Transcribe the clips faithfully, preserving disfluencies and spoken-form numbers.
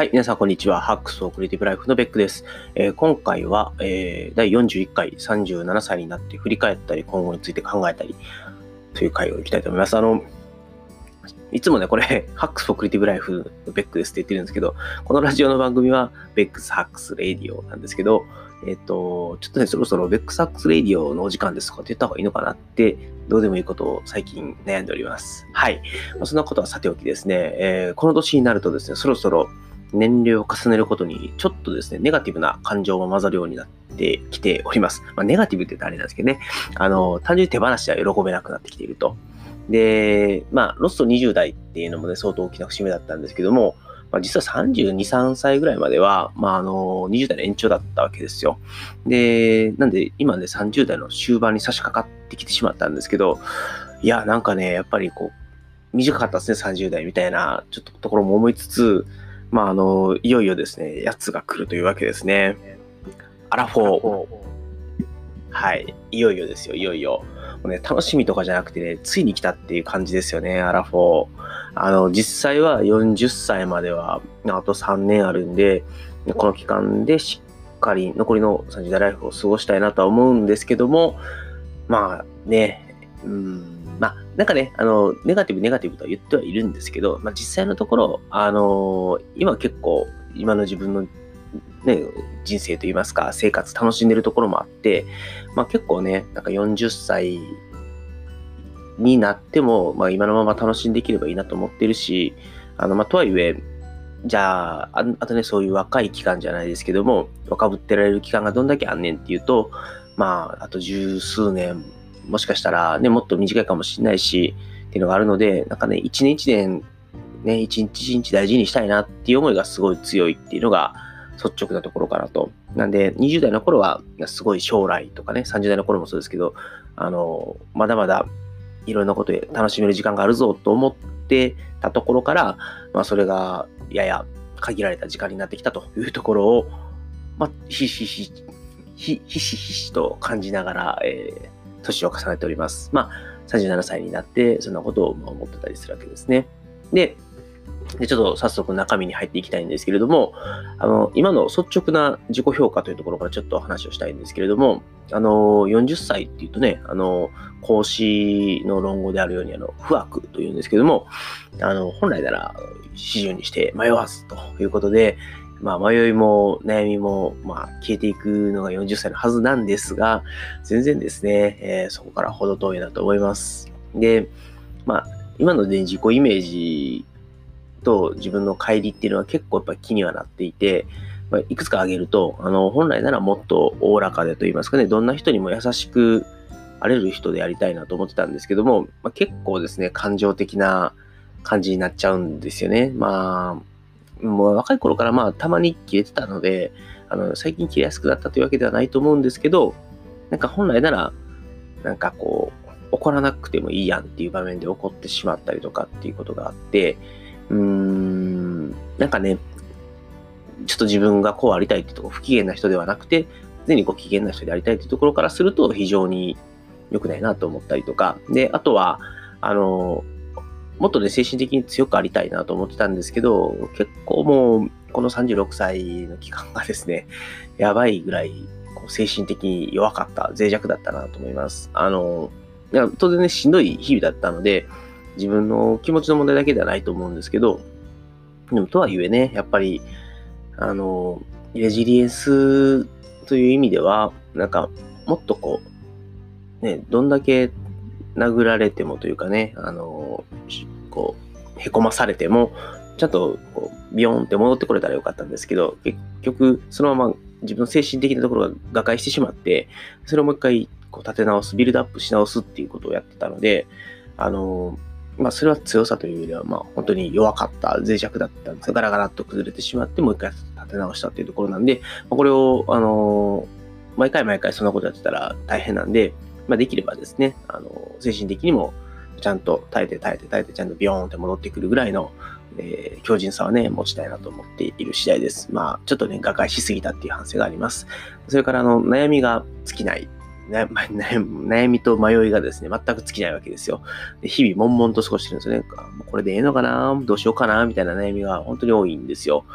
はい、皆さんこんにちは。ハックスフォークリエイティブライフのベックです。えー今回は、えーだいよんじゅういっかいさんじゅうななさいになって振り返ったり、今後について考えたりという回をいきたいと思います。あの、いつもね、これ、ハックスフォークリエイティブライフのベックですって言ってるんですけど、このラジオの番組はベックスハックスレイディオなんですけど、えっ、と、ちょっとね、そろそろベックスハックスレイディオのお時間ですとかって言った方がいいのかなって、どうでもいいことを最近悩んでおります。はい。まあ、そんなことはさておきですね、えーこの年になるとですね、そろそろ年齢を重ねることに、ちょっとですね、ネガティブな感情も混ざるようになってきております。まあ、ネガティブって言ったらあれなんですけどね、あの、単純に手放しは喜べなくなってきていると。で、まあ、ロストにじゅう代っていうのもね、相当大きな節目だったんですけども、まあ、実はさんじゅうに、さんさいぐらいまでは、まあ、あの、にじゅう代の延長だったわけですよ。で、なんで、今ね、さんじゅう代の終盤に差し掛かってきてしまったんですけど、いや、なんかね、やっぱりこう、短かったですね、さんじゅう代みたいな、ちょっとところも思いつつ、まあ、あの、いよいよですね、やつが来るというわけですね。アラフォー。はい。いよいよですよ、いよいよ。もうね、楽しみとかじゃなくてね、ついに来たっていう感じですよね、アラフォー。あの、実際はよんじゅっさいまでは、あとさんねんあるんで、この期間でしっかり残りのさんじゅう代ライフを過ごしたいなとは思うんですけども、まあね、うん、まあ、なんかね、あの、ネガティブネガティブとは言ってはいるんですけど、まあ実際のところ、あの、今結構、今の自分のね、人生といいますか、生活楽しんでるところもあって、まあ結構ね、なんかよんじゅっさいになっても、まあ今のまま楽しんでいければいいなと思ってるし、あの、まあとはいえ、じゃあ、ああとね、そういう若い期間じゃないですけども、若ぶってられる期間がどんだけあんねんっていうと、まあ、あと十数年、もしかしたらね、もっと短いかもしれないし、っていうのがあるので、なんかね、一年一年、ね、一日一日大事にしたいなっていう思いがすごい強いっていうのが率直なところかなと。なんで、にじゅう代の頃は、すごい将来とかね、さんじゅう代の頃もそうですけど、あの、まだまだいろんなことで楽しめる時間があるぞと思ってたところから、まあ、それがやや限られた時間になってきたというところを、まあ、ひしひし、ひひしひしと感じながら、えー、年を重ねております。まあ、さんじゅうななさいになって、そんなことを思ってたりするわけですね。で、でちょっと早速中身に入っていきたいんですけれども、あの、今の率直な自己評価というところからちょっと話をしたいんですけれども、あの、よんじゅっさいっていうとね、あの、孔子の論語であるように、あの、不惑というんですけども、あの、本来なら、始終にして迷わずということで、まあ、迷いも悩みも、まあ、消えていくのがよんじゅっさいのはずなんですが、全然ですね、えーそこから程遠いなと思います。で、まあ、今のね、自己イメージと自分の乖離っていうのは結構やっぱり気にはなっていて、まあ、いくつか挙げると、あの、本来ならもっとおおらかでと言いますかね、どんな人にも優しくあれる人でありたいなと思ってたんですけども、まあ、結構ですね、感情的な感じになっちゃうんですよね。まあ、もう若い頃からまあたまに切れてたので、あの、最近切れやすくなったというわけではないと思うんですけど、なんか本来なら、なんかこう、怒らなくてもいいやんっていう場面で怒ってしまったりとかっていうことがあって、うーん、なんかね、ちょっと自分がこうありたいっていうところ、不機嫌な人ではなくて、常にご機嫌な人でありたいっていうところからすると非常に良くないなと思ったりとか、で、あとは、あの、もっとね、精神的に強くありたいなと思ってたんですけど、結構もう、このさんじゅうろくさいの期間がですね、やばいぐらい、こう精神的に弱かった、脆弱だったなと思います。あの、いや当然ね、しんどい日々だったので、自分の気持ちの問題だけではないと思うんですけど、でもとはいえね、やっぱり、あの、レジリエンスという意味では、なんか、もっとこう、ね、どんだけ殴られてもというかね、あの、こう、へこまされても、ちゃんとこうビヨーンって戻ってこれたらよかったんですけど、結局、そのまま自分の精神的なところが瓦解してしまって、それをもう一回こう立て直す、ビルドアップし直すっていうことをやってたので、あの、まあ、それは強さというよりは、まあ、本当に弱かった、脆弱だったんですが、ガラガラっと崩れてしまって、もう一回立て直したっていうところなんで、これを、あの、毎回毎回そんなことやってたら大変なんで、まあ、できればですね、あの、精神的にもちゃんと耐えて耐えて耐えて、ちゃんとビヨーンって戻ってくるぐらいの、えー強靭さはね、持ちたいなと思っている次第です。まあ、ちょっとね、瓦解しすぎたっていう反省があります。それから、あの、悩みが尽きない。悩悩みと迷いがですね、全く尽きないわけですよ。で日々悶々と過ごしてるんですよね。これでええのかな、どうしようかなみたいな悩みが本当に多いんですよ。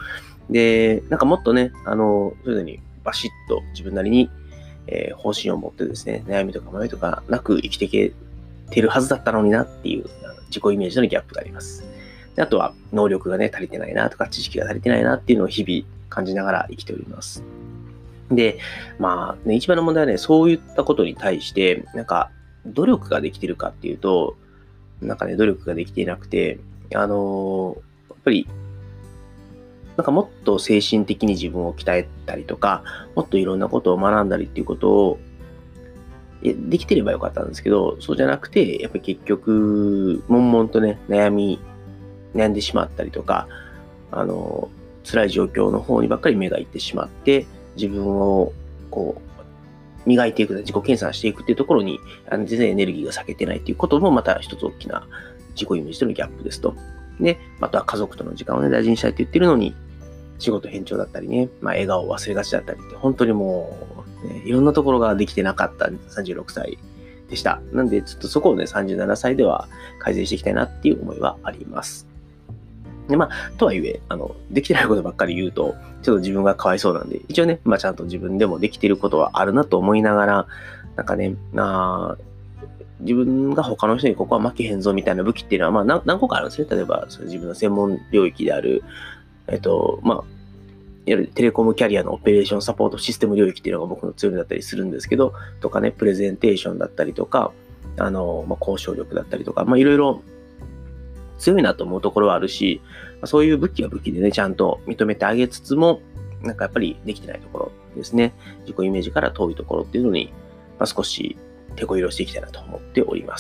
で、なんかもっとね、あの、そういうのにバシッと自分なりに、えー方針を持ってですね、悩みとか迷いとかなく生きていけてるはずだったのになっていうあの自己イメージとのギャップがあります。であとは、能力がね、足りてないなとか、知識が足りてないなっていうのを日々感じながら生きております。で、まあ、ね、一番の問題はね、そういったことに対して、なんか、努力ができてるかっていうと、なんかね、努力ができていなくて、あのーやっぱり、なんかもっと精神的に自分を鍛えたりとか、もっといろんなことを学んだりっていうことを、えできてればよかったんですけど、そうじゃなくて、やっぱり結局、悶々とね、悩み、悩んでしまったりとか、あの、辛い状況の方にばっかり目がいってしまって、自分を、こう、磨いていく、自己研鑽していくっていうところに、あの全然エネルギーが割けてないっていうこともまた一つ大きな自己イメージとのギャップですと。で、あとは家族との時間をね、大事にしたいって言ってるのに、仕事偏重だったりね、まあ笑顔を忘れがちだったりって、本当にもう、ね、いろんなところができてなかったさんじゅうろくさいでした。なんで、ちょっとそこをね、さんじゅうななさいでは改善していきたいなっていう思いはあります。で、まあ、とはいえ、あの、できてないことばっかり言うと、ちょっと自分がかわいそうなんで、一応ね、まあ、ちゃんと自分でもできていることはあるなと思いながら、なんかね、あ自分が他の人にここは負けへんぞみたいな武器っていうのは、まあ何、何個かあるんですね。例えば、それ自分の専門領域である、えっと、まあ、いわゆるテレコムキャリアのオペレーションサポートシステム領域っていうのが僕の強みだったりするんですけど、とかね、プレゼンテーションだったりとか、あの、まあ、交渉力だったりとか、まあ、いろいろ強いなと思うところはあるし、そういう武器は武器でね、ちゃんと認めてあげつつも、なんかやっぱりできてないところですね。自己イメージから遠いところっていうのに、まあ、少し手こ入れをしていきたいなと思っております。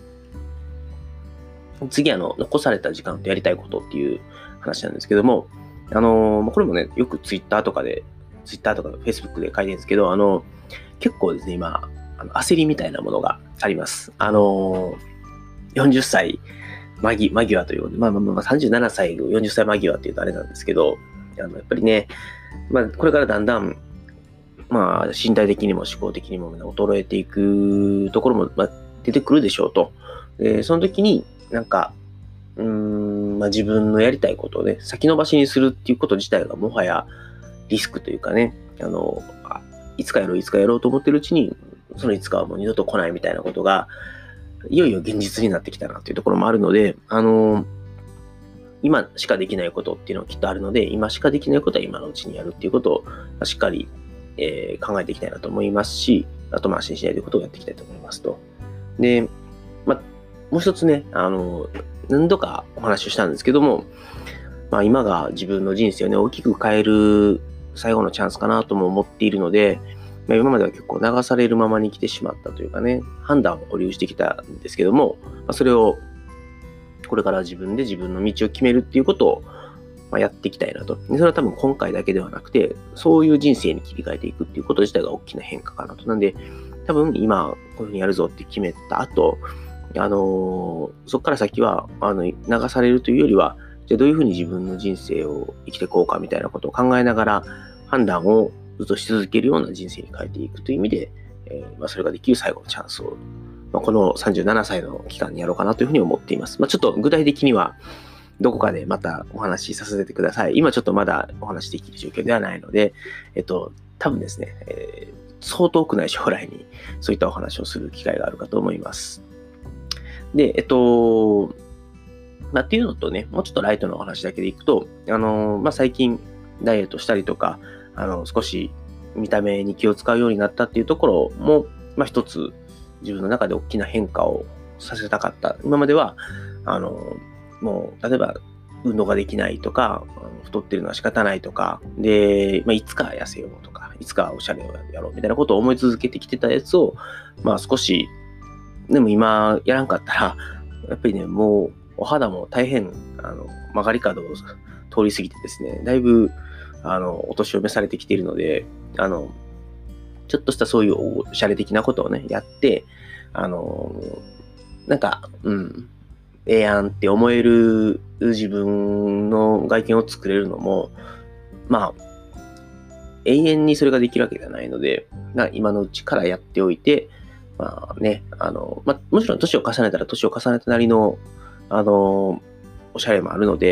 次、あの、残された時間とやりたいことっていう話なんですけども、あの、これもね、よくツイッターとかで、ツイッターとかフェイスブックで書いてるんですけど、あの、結構ですね、今、あの焦りみたいなものがあります。あの、よんじゅっさい間際という、まあまあまあさんじゅうななさい、よんじゅっさい間際っていうとあれなんですけど、あのやっぱりね、まあこれからだんだん、まあ身体的にも思考的にも衰えていくところも、まあ、出てくるでしょうと。で、その時になんか、うーん、まあ自分のやりたいことをね、先延ばしにするっていうこと自体がもはやリスクというかね、あの、あいつかやろう、いつかやろうと思ってるうちに、そのいつかはもう二度と来ないみたいなことが、いよいよ現実になってきたなっていうところもあるので、あのー、今しかできないことっていうのはきっとあるので、今しかできないことは今のうちにやるっていうことをしっかり、えー、考えていきたいなと思いますし、後回しにしないということをやっていきたいと思いますと。で、まあ、もう一つね、あのー、何度かお話をしたんですけども、まあ、今が自分の人生をね、大きく変える最後のチャンスかなとも思っているので、まあ、今までは結構流されるままに来てしまったというかね、判断を保留してきたんですけども、まあ、それをこれから自分で自分の道を決めるっていうことをまあやっていきたいなと。でそれは多分今回だけではなくて、そういう人生に切り替えていくっていうこと自体が大きな変化かなと。なんで、多分今こういうふうにやるぞって決めた後、あのー、そこから先はあの流されるというよりは、じゃあどういうふうに自分の人生を生きていこうかみたいなことを考えながら判断をずっとし続けるような人生に変えていくという意味で、えーまあ、それができる最後のチャンスを、まあ、このさんじゅうななさいの期間にやろうかなというふうに思っています。まあ、ちょっと具体的にはどこかでまたお話しさせてください。今ちょっとまだお話しできる状況ではないので、えっと、多分ですね、えー、相当遠くない将来にそういったお話をする機会があるかと思います。で、えっと、まあ、っていうのとね、もうちょっとライトのお話だけでいくと、あのー、まあ、最近ダイエットしたりとか、あの、少し見た目に気を使うようになったっていうところも、まあ、一つ自分の中で大きな変化をさせたかった。今までは、あの、もう、例えば、運動ができないとか、太ってるのは仕方ないとか、で、まあ、いつか痩せようとか、いつかおしゃれをやろうみたいなことを思い続けてきてたやつを、まあ少し、でも今やらんかったら、やっぱりね、もうお肌も大変、あの、曲がり角を通り過ぎてですね、だいぶ、あの、お年を召されてきているので、あの、ちょっとしたそういうおしゃれ的なことをね、やって、あの、なんか、うん、ええやんって思える自分の外見を作れるのも、まあ、永遠にそれができるわけではないので、今のうちからやっておいて、まあね、あの、まあ、もちろん年を重ねたら年を重ねたなりの、あの、おしゃれもあるので、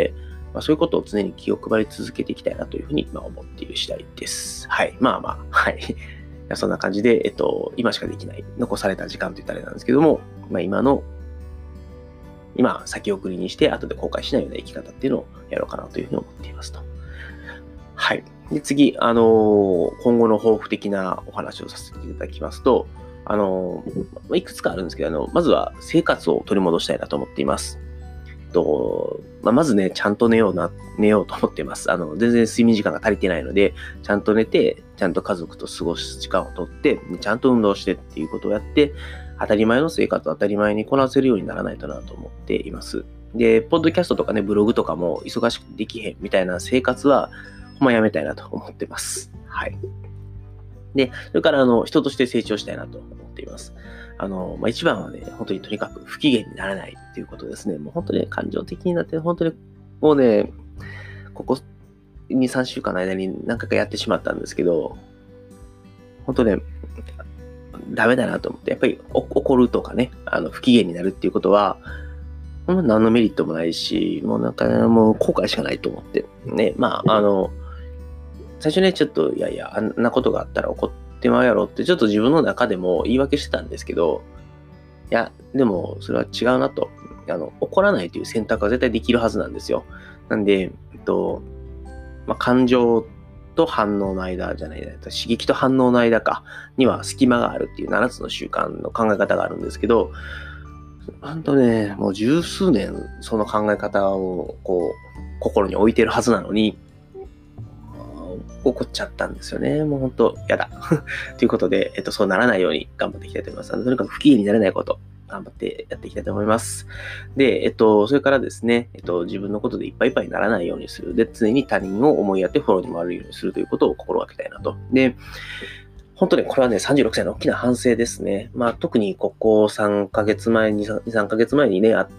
まあ、そういうことを常に気を配り続けていきたいなというふうにまあ思っている次第です。はい。まあまあ、はい。そんな感じで、えっと、今しかできない、残された時間といったらあれなんですけども、まあ今の、今、先送りにして、後で後悔しないような生き方っていうのをやろうかなというふうに思っていますと。はい。で、次、あのー、今後の抱負的なお話をさせていただきますと、あのー、いくつかあるんですけど、あの、まずは生活を取り戻したいなと思っています。と、まあ、まずね、ちゃんと寝ような、寝ようと思っています。あの、全然睡眠時間が足りてないので、ちゃんと寝て、ちゃんと家族と過ごす時間をとって、ちゃんと運動してっていうことをやって、当たり前の生活を当たり前にこなせるようにならないとなと思っています。で、ポッドキャストとかね、ブログとかも忙しくできへんみたいな生活は、ほんまやめたいなと思ってます。はい。で、それからあの、人として成長したいなと思っています。あの、まあ、一番はね、本当にとにかく不機嫌にならないっていうことですね。もう本当に、ね、感情的になって、本当にもうね、ここに、さんしゅうかんの間に何回かやってしまったんですけど、本当ね、ダメだなと思って、やっぱり怒るとかね、あの、不機嫌になるっていうことは、ほんま何のメリットもないし、もうなんか、ね、もう後悔しかないと思って。ね、まあ、あの、最初ね、ちょっと、いやいや、あんなことがあったら怒ってまうやろって、ちょっと自分の中でも言い訳してたんですけど、いや、でも、それは違うなと。あの、怒らないという選択は絶対できるはずなんですよ。なんで、えっと、まあ、感情と反応の間じゃない、刺激と反応の間か、には隙間があるっていうななつの習慣の考え方があるんですけど、ほんとね、もう十数年、その考え方を、こう、心に置いてるはずなのに、怒っちゃったんですよね。もうほんと、やだ。ということで、えっと、そうならないように頑張っていきたいと思います。とにかく不機嫌になれないこと、頑張ってやっていきたいと思います。で、えっと、それからですね、えっと、自分のことでいっぱいいっぱいにならないようにする。で、常に他人を思いやってフォローに回るようにするということを心がけたいなと。で、本当ね、これはね、さんじゅうろくさいの大きな反省ですね。まあ、特にここさんかげつまえに、に、さんかげつまえにね、あった、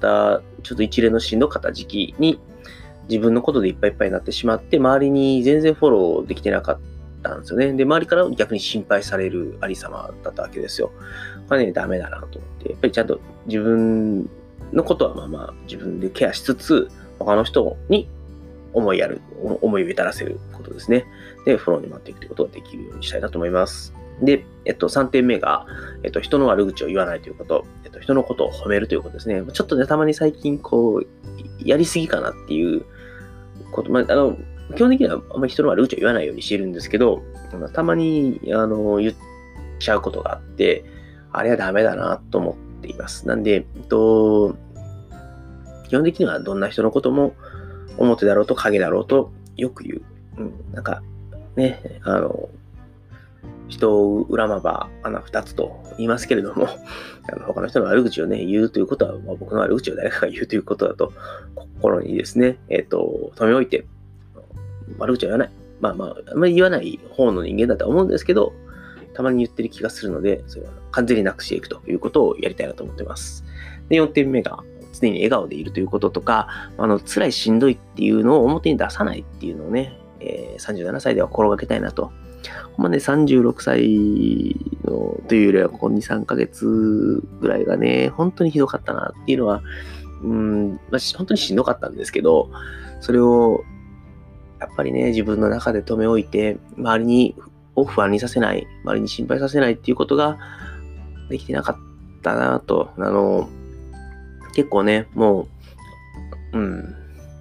ちょっと一連のしんどかった時期に、自分のことでいっぱいいっぱいになってしまって、周りに全然フォローできてなかったんですよね。で、周りから逆に心配されるありさまだったわけですよ。これね、ダメだなと思って、やっぱりちゃんと自分のことはまあまあ自分でケアしつつ、他の人に思いやる、思いを至らせることですね。で、フォローに回っていくということができるようにしたいなと思います。で、えっと、さんてんめが、えっと、人の悪口を言わないということ、えっと、人のことを褒めるということですね。ちょっとね、たまに最近、こう、やりすぎかなっていうこと、まあ、あの、基本的にはあんまり人の悪口を言わないようにしているんですけど、たまに、あの、言っちゃうことがあって、あれはダメだなと思っています。なんで、えっと、基本的にはどんな人のことも、表だろうと影だろうとよく言う。うん、なんか、ね、あの、人を恨まば穴二つと言いますけれども、あの他の人の悪口をね、言うということは、まあ、僕の悪口を誰かが言うということだと、心にですね、えっと、留め置いて、悪口は言わない。まあまあ、あんまり言わない方の人間だとは思うんですけど、たまに言ってる気がするので、それは完全になくしていくということをやりたいなと思っています。で、よんてんめが、常に笑顔でいるということとか、あの、辛いしんどいっていうのを表に出さないっていうのをね、えー、さんじゅうななさいでは心がけたいなと。ほんまね、さんじゅうろくさいのというよりは、ここに、さんかげつぐらいがね、本当にひどかったなっていうのは、うん、まあ、本当にしんどかったんですけど、それを、やっぱりね、自分の中で留め置いて、周りに、を不安にさせない、周りに心配させないっていうことができてなかったなと。あの、結構ね、もう、うん、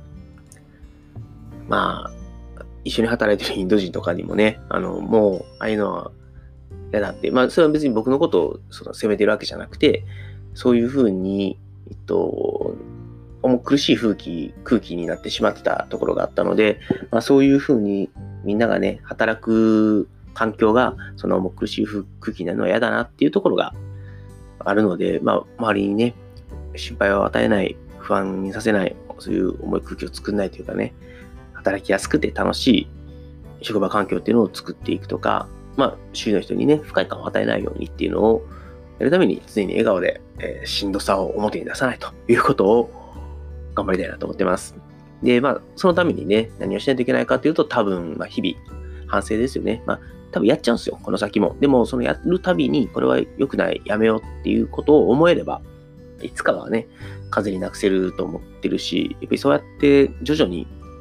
まあ、一緒に働いてるインド人とかにもね、あの、もう、ああいうのは嫌だって、まあ、それは別に僕のことをその責めてるわけじゃなくて、そういうふうに、えっと、重苦しい空気、空気になってしまってたところがあったので、まあ、そういうふうにみんながね、働く環境が、その重苦しい空気になるのは嫌だなっていうところがあるので、まあ、周りにね、心配を与えない、不安にさせない、そういう重い空気を作んないというかね、働きやすくて楽しい職場環境っていうのを作っていくとか、まあ、周囲の人にね、不快感を与えないようにっていうのをやるために、常に笑顔で、えー、しんどさを表に出さないということを頑張りたいなと思ってます。で、まあ、そのためにね、何をしないといけないかというと、多分、まあ、日々、反省ですよね。まあ、多分やっちゃうんですよ、この先も。でも、そのやるたびに、これは良くない、やめようっていうことを思えれば、いつかはね、風になくせると思ってるし、やっぱりそうやって徐々に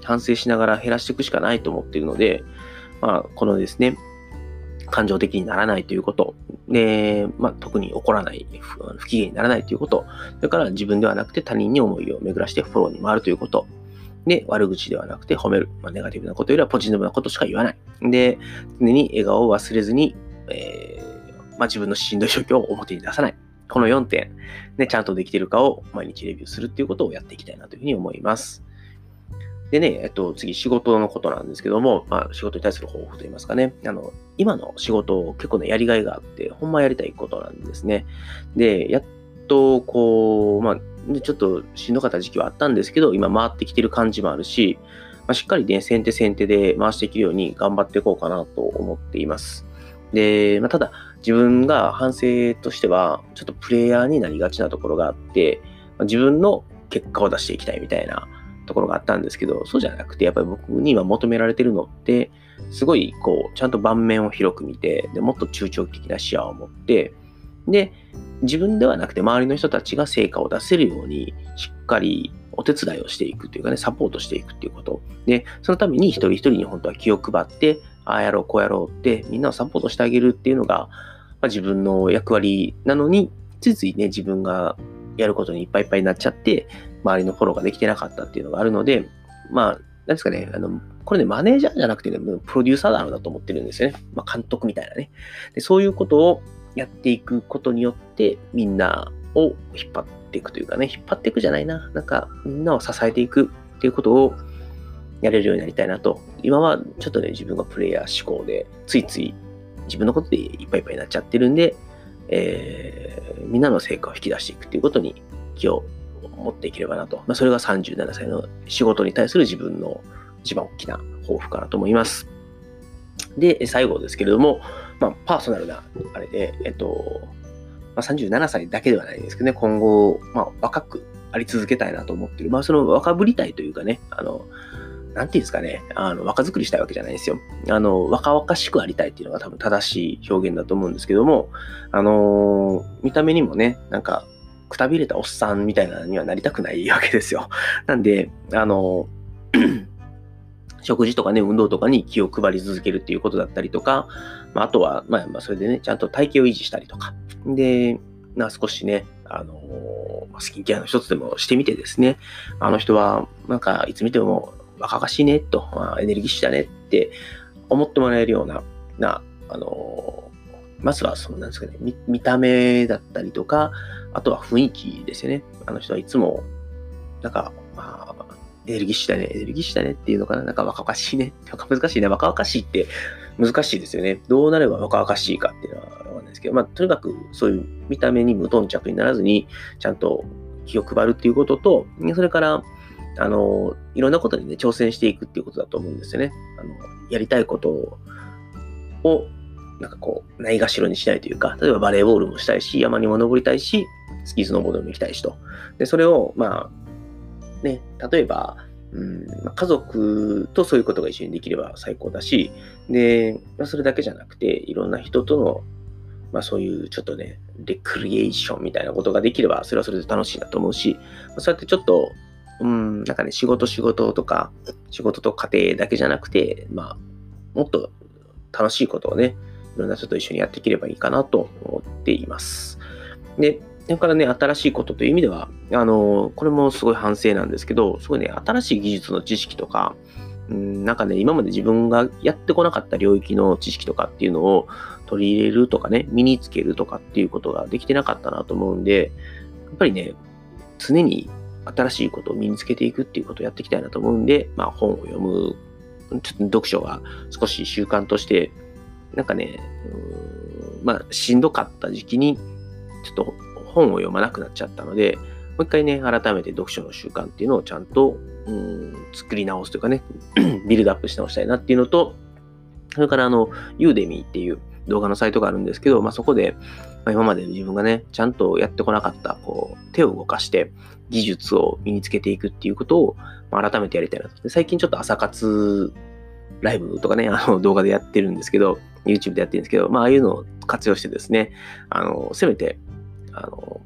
反省しながら減らしていくしかないと思っているので、まあ、このですね、感情的にならないということ、で、まあ、特に怒らない、不不機嫌にならないということ、それから自分ではなくて他人に思いを巡らしてフォローに回るということ、で、悪口ではなくて褒める、まあ、ネガティブなことよりはポジティブなことしか言わない。で、常に笑顔を忘れずに、えーまあ、自分のしんどい状況を表に出さない。このよんてん、ね、ちゃんとできているかを毎日レビューするっていうことをやっていきたいなというふうに思います。でね、えっと、次、仕事のことなんですけども、まあ、仕事に対する抱負といいますかね、あの、今の仕事を結構ね、やりがいがあって、ほんまやりたいことなんですね。で、やっと、こう、まあ、でちょっとしんどかった時期はあったんですけど、今回ってきてる感じもあるし、まあ、しっかりね、先手先手で回していけるように頑張っていこうかなと思っています。で、まあ、ただ、自分が反省としては、ちょっとプレイヤーになりがちなところがあって、まあ、自分の結果を出していきたいみたいなところがあったんですけど、そうじゃなくて、やっぱり僕に今求められてるのって、すごい、こう、ちゃんと盤面を広く見て、でもっと中長期的な視野を持って、で、自分ではなくて周りの人たちが成果を出せるように、しっかりお手伝いをしていくというかね、サポートしていくっていうこと。で、そのために一人一人に本当は気を配って、ああやろう、こうやろうってみんなをサポートしてあげるっていうのが、まあ、自分の役割なのに、ついついね、自分がやることにいっぱいいっぱいになっちゃって、周りのフォローができてなかったっていうのがあるので、まあ、なんですかね、あの、これね、マネージャーじゃなくてね、プロデューサーなのだと思ってるんですよね。まあ、監督みたいなね。で、そういうことをやっていくことによって、みんなを引っ張っていくというかね、引っ張っていくじゃないな。なんか、みんなを支えていくっていうことをやれるようになりたいなと。今はちょっとね、自分がプレイヤー思考で、ついつい自分のことでいっぱいいっぱいになっちゃってるんで、えー、みんなの成果を引き出していくっていうことに気を持っていければなと。まあ、それがさんじゅうななさいの仕事に対する自分の一番大きな抱負かなと思います。で、最後ですけれども、まあ、パーソナルなあれで、えっと、まあ、さんじゅうななさいだけではないんですけどね、今後、まあ、若くあり続けたいなと思ってる。まあ、その若ぶりたいというかね、あの、なんていうんですかね、あの、若作りしたいわけじゃないんですよ。あの、若々しくありたいっていうのが多分正しい表現だと思うんですけども、あの、見た目にもね、なんか、くたびれたおっさんみたいなのにはなりたくないわけですよ。なんで、あの、食事とかね、運動とかに気を配り続けるっていうことだったりとか、まあ、あとは、まあ、まあ、それでね、ちゃんと体型を維持したりとか、で、まあ、少しね、あの、スキンケアの一つでもしてみてですね、あの人は、なんか、いつ見ても若々しいね、と、まあ、エネルギッシュだねって思ってもらえるような、な、あの、まずは、その、なんですかね、見、見た目だったりとか、あとは雰囲気ですよね。あの人はいつも、なんか、まあ、エネルギッシュだね、エネルギッシュだねっていうのかな、なんか若々しいね。難しいね。若々しいって難しいですよね。どうなれば若々しいかっていうのはわかんないですけど、まあ、とにかくそういう見た目に無頓着にならずに、ちゃんと気を配るっていうことと、それから、あの、いろんなことにね、挑戦していくっていうことだと思うんですよね。あの、やりたいことを、なんかこう、ないがしろにしたいというか、例えばバレーボールもしたいし、山にも登りたいし、スキースノーボードも行きたいしと。で、それを、まあ、ね、例えば、うん、家族とそういうことが一緒にできれば最高だし、で、それだけじゃなくて、いろんな人との、まあそういうちょっとね、レクリエーションみたいなことができれば、それはそれで楽しいなと思うし、そうやってちょっと、うん、なんかね、仕事仕事とか、仕事と家庭だけじゃなくて、まあ、もっと楽しいことをね、いろんな人と一緒にやっていければいいかなと思っています。で、それからね、新しいことという意味では、あの、これもすごい反省なんですけど、すごいね、新しい技術の知識とか、うん、なんかね、今まで自分がやってこなかった領域の知識とかっていうのを取り入れるとかね、身につけるとかっていうことができてなかったなと思うんで、やっぱりね、常に新しいことを身につけていくっていうことをやっていきたいなと思うんで、まあ本を読む、ちょっと読書が少し習慣として、なんかね、うん、まあしんどかった時期に、ちょっと本を読まなくなっちゃったので、もう一回ね、改めて読書の習慣っていうのをちゃんと、うん、作り直すというかね、ビルドアップし直したいなっていうのと、それからあの、ユーデミーっていう動画のサイトがあるんですけど、まあ、そこで、まあ、今まで自分がね、ちゃんとやってこなかった、こう、手を動かして技術を身につけていくっていうことを、まあ、改めてやりたいなと。で最近ちょっと朝活ライブとかね、あの動画でやってるんですけど、YouTube でやってるんですけど、まあ、ああいうのを活用してですね、あの、せめて、あの、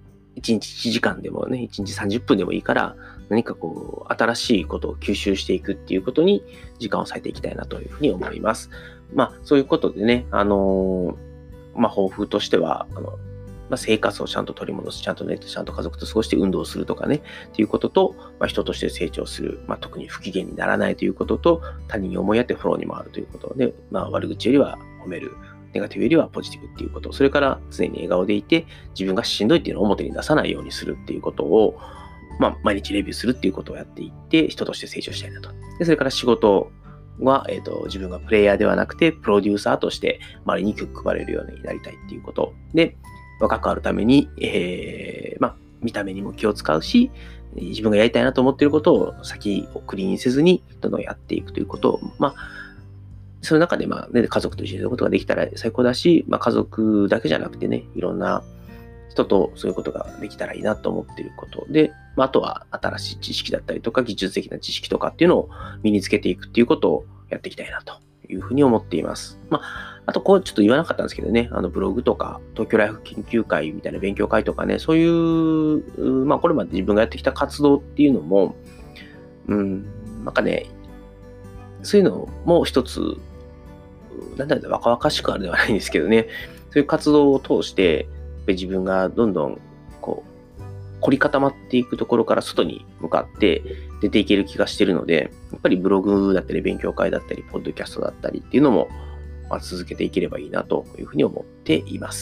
いちにちいちじかんでもね、いちにちさんじゅっぷんでもいいから、何かこう、新しいことを吸収していくっていうことに時間を割いていきたいなというふうに思います。まあ、そういうことでね、あのー、まあ、抱負としては、あの、まあ、生活をちゃんと取り戻す、ちゃんとね、ちゃんと家族と過ごして運動をするとかね、っていうことと、まあ、人として成長する、まあ、特に不機嫌にならないということと、他人に思いやってフォローに回るということで、まあ、悪口よりは褒める。ネガティブよりはポジティブっていうこと、それから常に笑顔でいて、自分がしんどいっていうのを表に出さないようにするっていうことを、まあ、毎日レビューするっていうことをやっていって、人として成長したいなと。で、それから仕事は、えっと、自分がプレイヤーではなくて、プロデューサーとして周りに気を配れるようになりたいっていうこと。で、若くあるために、えー、まあ、見た目にも気を使うし、自分がやりたいなと思っていることを先送りにせずに、どんどんやっていくということを、まあ、その中で、まあ、ね、家族と一緒にすることができたら最高だし、まあ、家族だけじゃなくてね、いろんな人とそういうことができたらいいなと思っていることで、まあ、あとは新しい知識だったりとか、技術的な知識とかっていうのを身につけていくっていうことをやっていきたいなというふうに思っています。まあ、あと、こうちょっと言わなかったんですけどね、あのブログとか、東京ライフ研究会みたいな勉強会とかね、そういう、まあ、これまで自分がやってきた活動っていうのも、うん、なんかね、そういうのも一つ、なんだろう、若々しくあるではないんですけどね、そういう活動を通して、自分がどんどんこう凝り固まっていくところから外に向かって出ていける気がしているので、やっぱりブログだったり勉強会だったりポッドキャストだったりっていうのも、まあ、続けていければいいなというふうに思っています。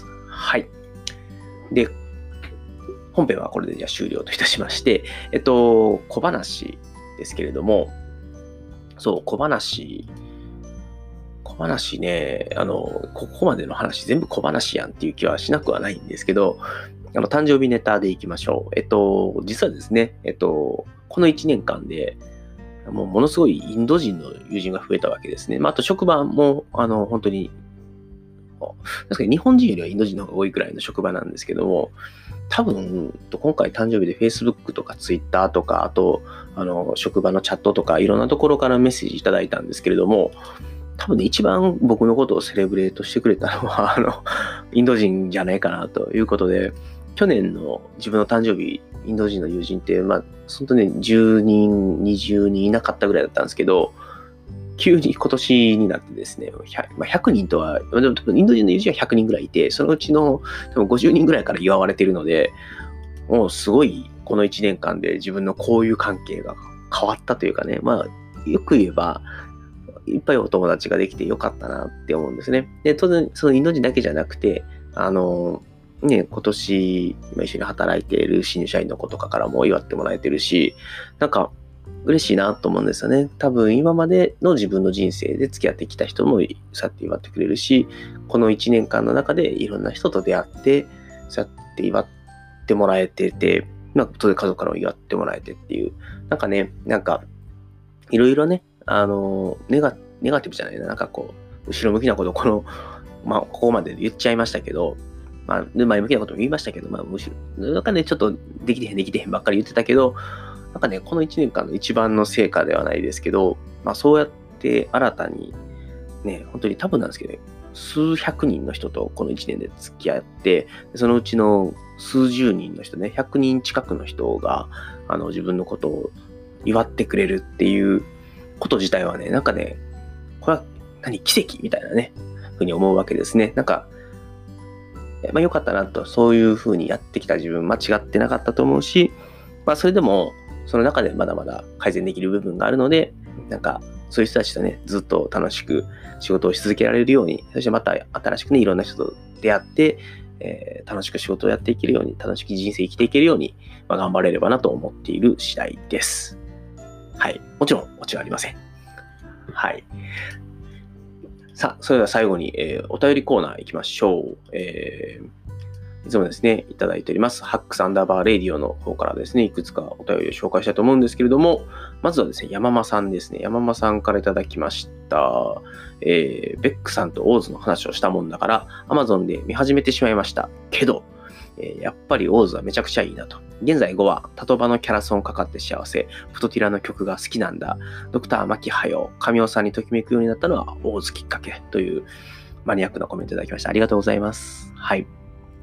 はい。で、本編はこれでじゃあ終了といたしまして、えっと小話ですけれども、そう小話。小話ね、あの、ここまでの話全部小話やんっていう気はしなくはないんですけど、あの、誕生日ネタでいきましょう。えっと、実はですね、えっと、このいちねんかんで、もうものすごいインド人の友人が増えたわけですね。まあ、あと職場も、あの、本当に、確かに日本人よりはインド人の方が多いくらいの職場なんですけども、多分、今回誕生日で Facebook とか Twitter とか、あと、あの、職場のチャットとか、いろんなところからメッセージいただいたんですけれども、多分ね、一番僕のことをセレブレートしてくれたのは、あの、インド人じゃないかなということで、去年の自分の誕生日、インド人の友人って、まあ、本当ね、じゅうにん、にじゅうにんいなかったぐらいだったんですけど、急に今年になってですね、ひゃく、まあ、ひゃくにんとは、でも多分インド人の友人はひゃくにんぐらいいて、そのうちの多分ごじゅうにんぐらいから祝われているので、もうすごいこのいちねんかんで自分の交友関係が変わったというかね、まあ、よく言えば、いっぱいお友達ができてよかったなって思うんですね。で、当然、そのインド人だけじゃなくて、あの、ね、今年、今一緒に働いている新入社員の子とかからも祝ってもらえてるし、なんか、嬉しいなと思うんですよね。多分、今までの自分の人生で付き合ってきた人も、そうやって祝ってくれるし、このいちねんかんの中でいろんな人と出会って、そうやって祝ってもらえてて、まあ、当然家族からも祝ってもらえてっていう、なんかね、なんか、いろいろね、あの、ネガ、ネガティブじゃないな、なんかこう、後ろ向きなことをこの、まあ、ここまで言っちゃいましたけど、まあ、前向きなことも言いましたけど、まあ、むしろ、なんかね、ちょっとできてへん、できてへんばっかり言ってたけど、なんかね、このいちねんかんの一番の成果ではないですけど、まあ、そうやって新たに、ね、本当に多分なんですけど、数百人の人とこのいちねんで付き合って、そのうちの数十人の人ね、ひゃくにん近くの人が、あの、自分のことを祝ってくれるっていうこと自体はね、なんかね、これは何奇跡みたいなね、ふうに思うわけですね。なんか、まあ良かったなと、そういうふうにやってきた自分間違ってなかったと思うし、まあそれでも、その中でまだまだ改善できる部分があるので、なんか、そういう人たちとね、ずっと楽しく仕事をし続けられるように、そしてまた新しくね、いろんな人と出会って、えー、楽しく仕事をやっていけるように、楽しく人生生きていけるように、まあ、頑張れればなと思っている次第です。はい。もちろん、オチはありません。はい。さあ、それでは最後に、えー、お便りコーナー行きましょう。えーいつもですね、いただいております。ハックスアンダーバーレディオの方からですね、いくつかお便りを紹介したいと思うんですけれども、まずはですね、山間さんですね。山間さんからいただきました。えー、ベックさんとオーズの話をしたもんだから、Amazon で見始めてしまいました。けど、えー、やっぱりオーズはめちゃくちゃいいなと。現在ごわ、タトバのキャラソンかかって幸せ、プトティラの曲が好きなんだ、ドクター・マキハヨ、神尾さんにときめくようになったのはオーズきっかけというマニアックなコメントいただきました。ありがとうございます。はい。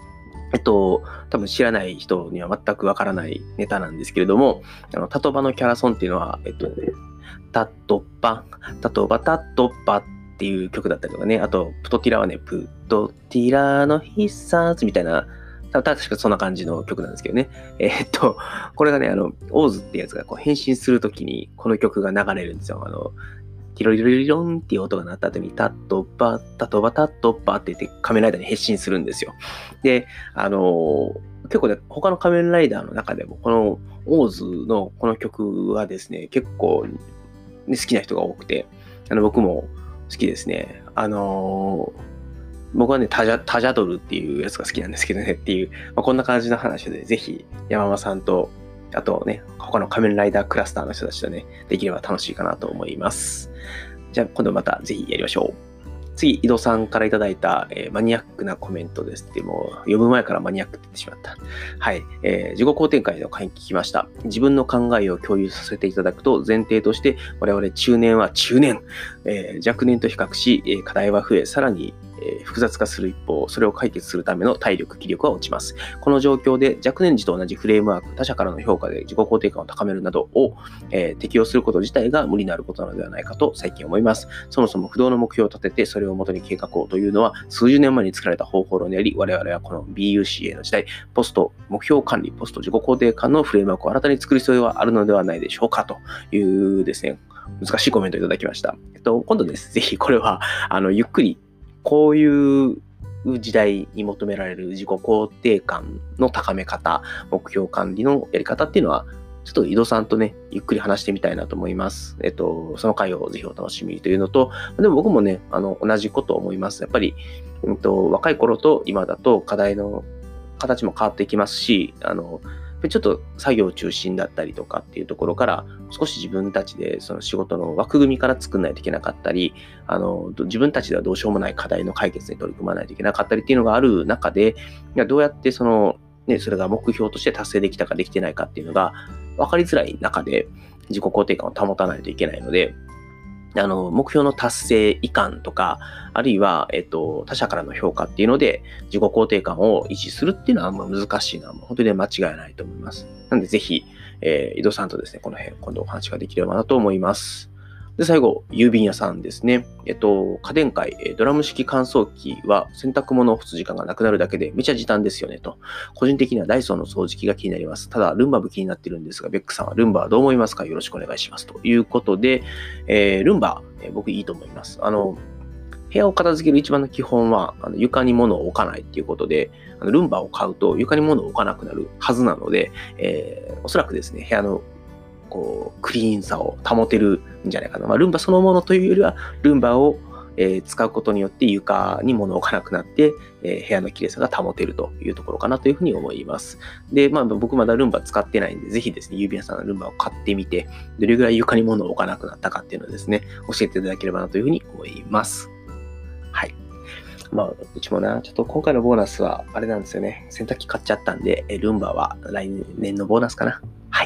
えっと、多分知らない人には全くわからないネタなんですけれども、あの、タトバのキャラソンっていうのは、えっとね、タトバ、タトバタトバっていう曲だったりとかね、あと、プトティラはね、プトティラの必殺みたいな、た確かそんな感じの曲なんですけどね。えーっと、これがね、あの、オーズってやつがこう変身するときに、この曲が流れるんですよ。あの、ティロリロリロンっていう音が鳴った後に、タットバ、タトバタットバって言って仮面ライダーに変身するんですよ。で、あのー結構ね、他の仮面ライダーの中でも、このオーズのこの曲はですね、結構、ね、好きな人が多くて、あの僕も好きですね。あのー僕はね、タジャ、タジャドルっていうやつが好きなんですけどねっていう、まあ、こんな感じの話で、ぜひ山間さんと、あとね、他の仮面ライダークラスターの人たちとね、できれば楽しいかなと思います。じゃあ今度またぜひやりましょう。次、井戸さんからいただいた、えーマニアックなコメントですって、もう読む前からマニアックって言ってしまった。はい、えー自己肯定感の会に聞きました。自分の考えを共有させていただくと、前提として我々中年は中年、えー若年と比較し、えー課題は増え、さらに、えー複雑化する一方、それを解決するための体力、気力は落ちます。この状況で若年児と同じフレームワーク、他者からの評価で自己肯定感を高めるなどを、えー適用すること自体が無理なることなのではないかと最近思います。そもそも不動の目標を立てて、それを元に計画をというのは、数十年前に作られた方法論であり、我々はこの ビーユーシーエー の時代、ポスト目標管理、ポスト自己肯定感のフレームワークを新たに作る必要があるのではないでしょうかというですね、難しいコメントをいただきました。えっと、今度です、ぜひこれは、あの、ゆっくり、こういう時代に求められる自己肯定感の高め方、目標管理のやり方っていうのは、ちょっと井戸さんとね、ゆっくり話してみたいなと思います。えっと、その回をぜひお楽しみにというのと、でも僕もね、あの、同じことを思います。やっぱり、うんと、若い頃と今だと課題の形も変わっていきますし、あの、ちょっと作業中心だったりとかっていうところから、少し自分たちでその仕事の枠組みから作んないといけなかったり、あの、自分たちではどうしようもない課題の解決に取り組まないといけなかったりっていうのがある中で、いやどうやってその、ね、それが目標として達成できたかできてないかっていうのが分かりづらい中で自己肯定感を保たないといけないので、あの、目標の達成以下とか、あるいは、えっと、他者からの評価っていうので、自己肯定感を維持するっていうのは、まあ、難しいのは、もう本当に間違いないと思います。なので、ぜひ、えー、井戸さんとですね、この辺、今度お話ができればなと思います。で、最後、郵便屋さんですね。えっと、家電界、ドラム式乾燥機は洗濯物を干す時間がなくなるだけでめちゃ時短ですよねと。個人的にはダイソーの掃除機が気になります。ただ、ルンバも気になってるんですが、ベックさんはルンバはどう思いますか？よろしくお願いします。ということで、えー、ルンバ、えー僕いいと思います。あの、部屋を片付ける一番の基本は、あの床に物を置かないっていうことで、あのルンバを買うと床に物を置かなくなるはずなので、えーおそらくですね、部屋のこうクリーンさを保てるんじゃないかな。まあ、ルンバそのものというよりは、ルンバを、えー使うことによって床に物を置かなくなって、えー部屋の綺麗さが保てるというところかなというふうに思います。で、まあ僕まだルンバ使ってないんで、ぜひですね、郵便屋さんのルンバを買ってみて、どれぐらい床に物を置かなくなったかっていうのをですね、教えていただければなというふうに思います。はい。まあ、うちもな、ちょっと今回のボーナスは、あれなんですよね。洗濯機買っちゃったんで、えルンバは来年のボーナスかな。はい。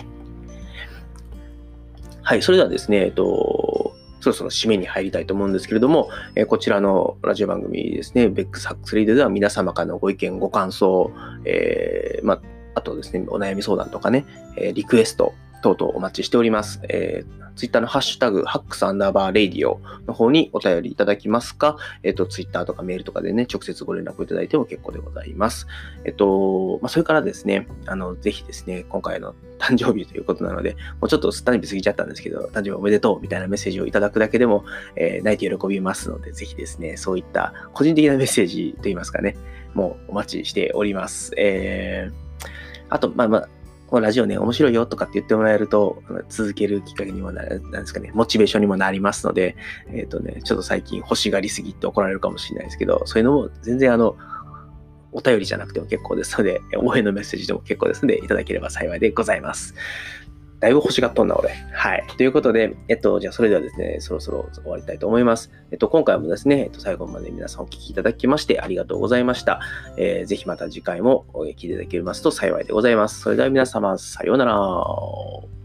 はい。それではですね、えっと、そろそろ締めに入りたいと思うんですけれども、えーこちらのラジオ番組ですね、ベックスハックスリードでは皆様からのご意見、ご感想、えーまあ、あとですね、お悩み相談とかね、えーリクエスト等々お待ちしております。えー、ツイッターのハッシュタグ、ハックスアンダーバーレイディオの方にお便りいただきますか、えっと、ツイッターとかメールとかでね、直接ご連絡いただいても結構でございます。えっと、まあ、それからですね、あの、ぜひですね、今回の誕生日ということなので、もうちょっとすったにび過ぎちゃったんですけど、誕生日おめでとうみたいなメッセージをいただくだけでも、えー泣いて喜びますので、ぜひですね、そういった個人的なメッセージといいますかね、もうお待ちしております。えー、あと、まあまあ、このラジオね、面白いよとかって言ってもらえると、続けるきっかけにもなる、なんですかね、モチベーションにもなりますので、えっとね、ちょっと最近欲しがりすぎって怒られるかもしれないですけど、そういうのも全然あの、お便りじゃなくても結構ですので、応援のメッセージでも結構ですので、いただければ幸いでございます。だいぶ欲しがっとんな、俺。はい。ということで、えっと、じゃあそれではですね、そろそろ終わりたいと思います。えっと、今回もですね、えっと、最後まで皆さんお聞きいただきましてありがとうございました。えーぜひまた次回もお聞きいただけますと幸いでございます。それでは皆様、さようなら。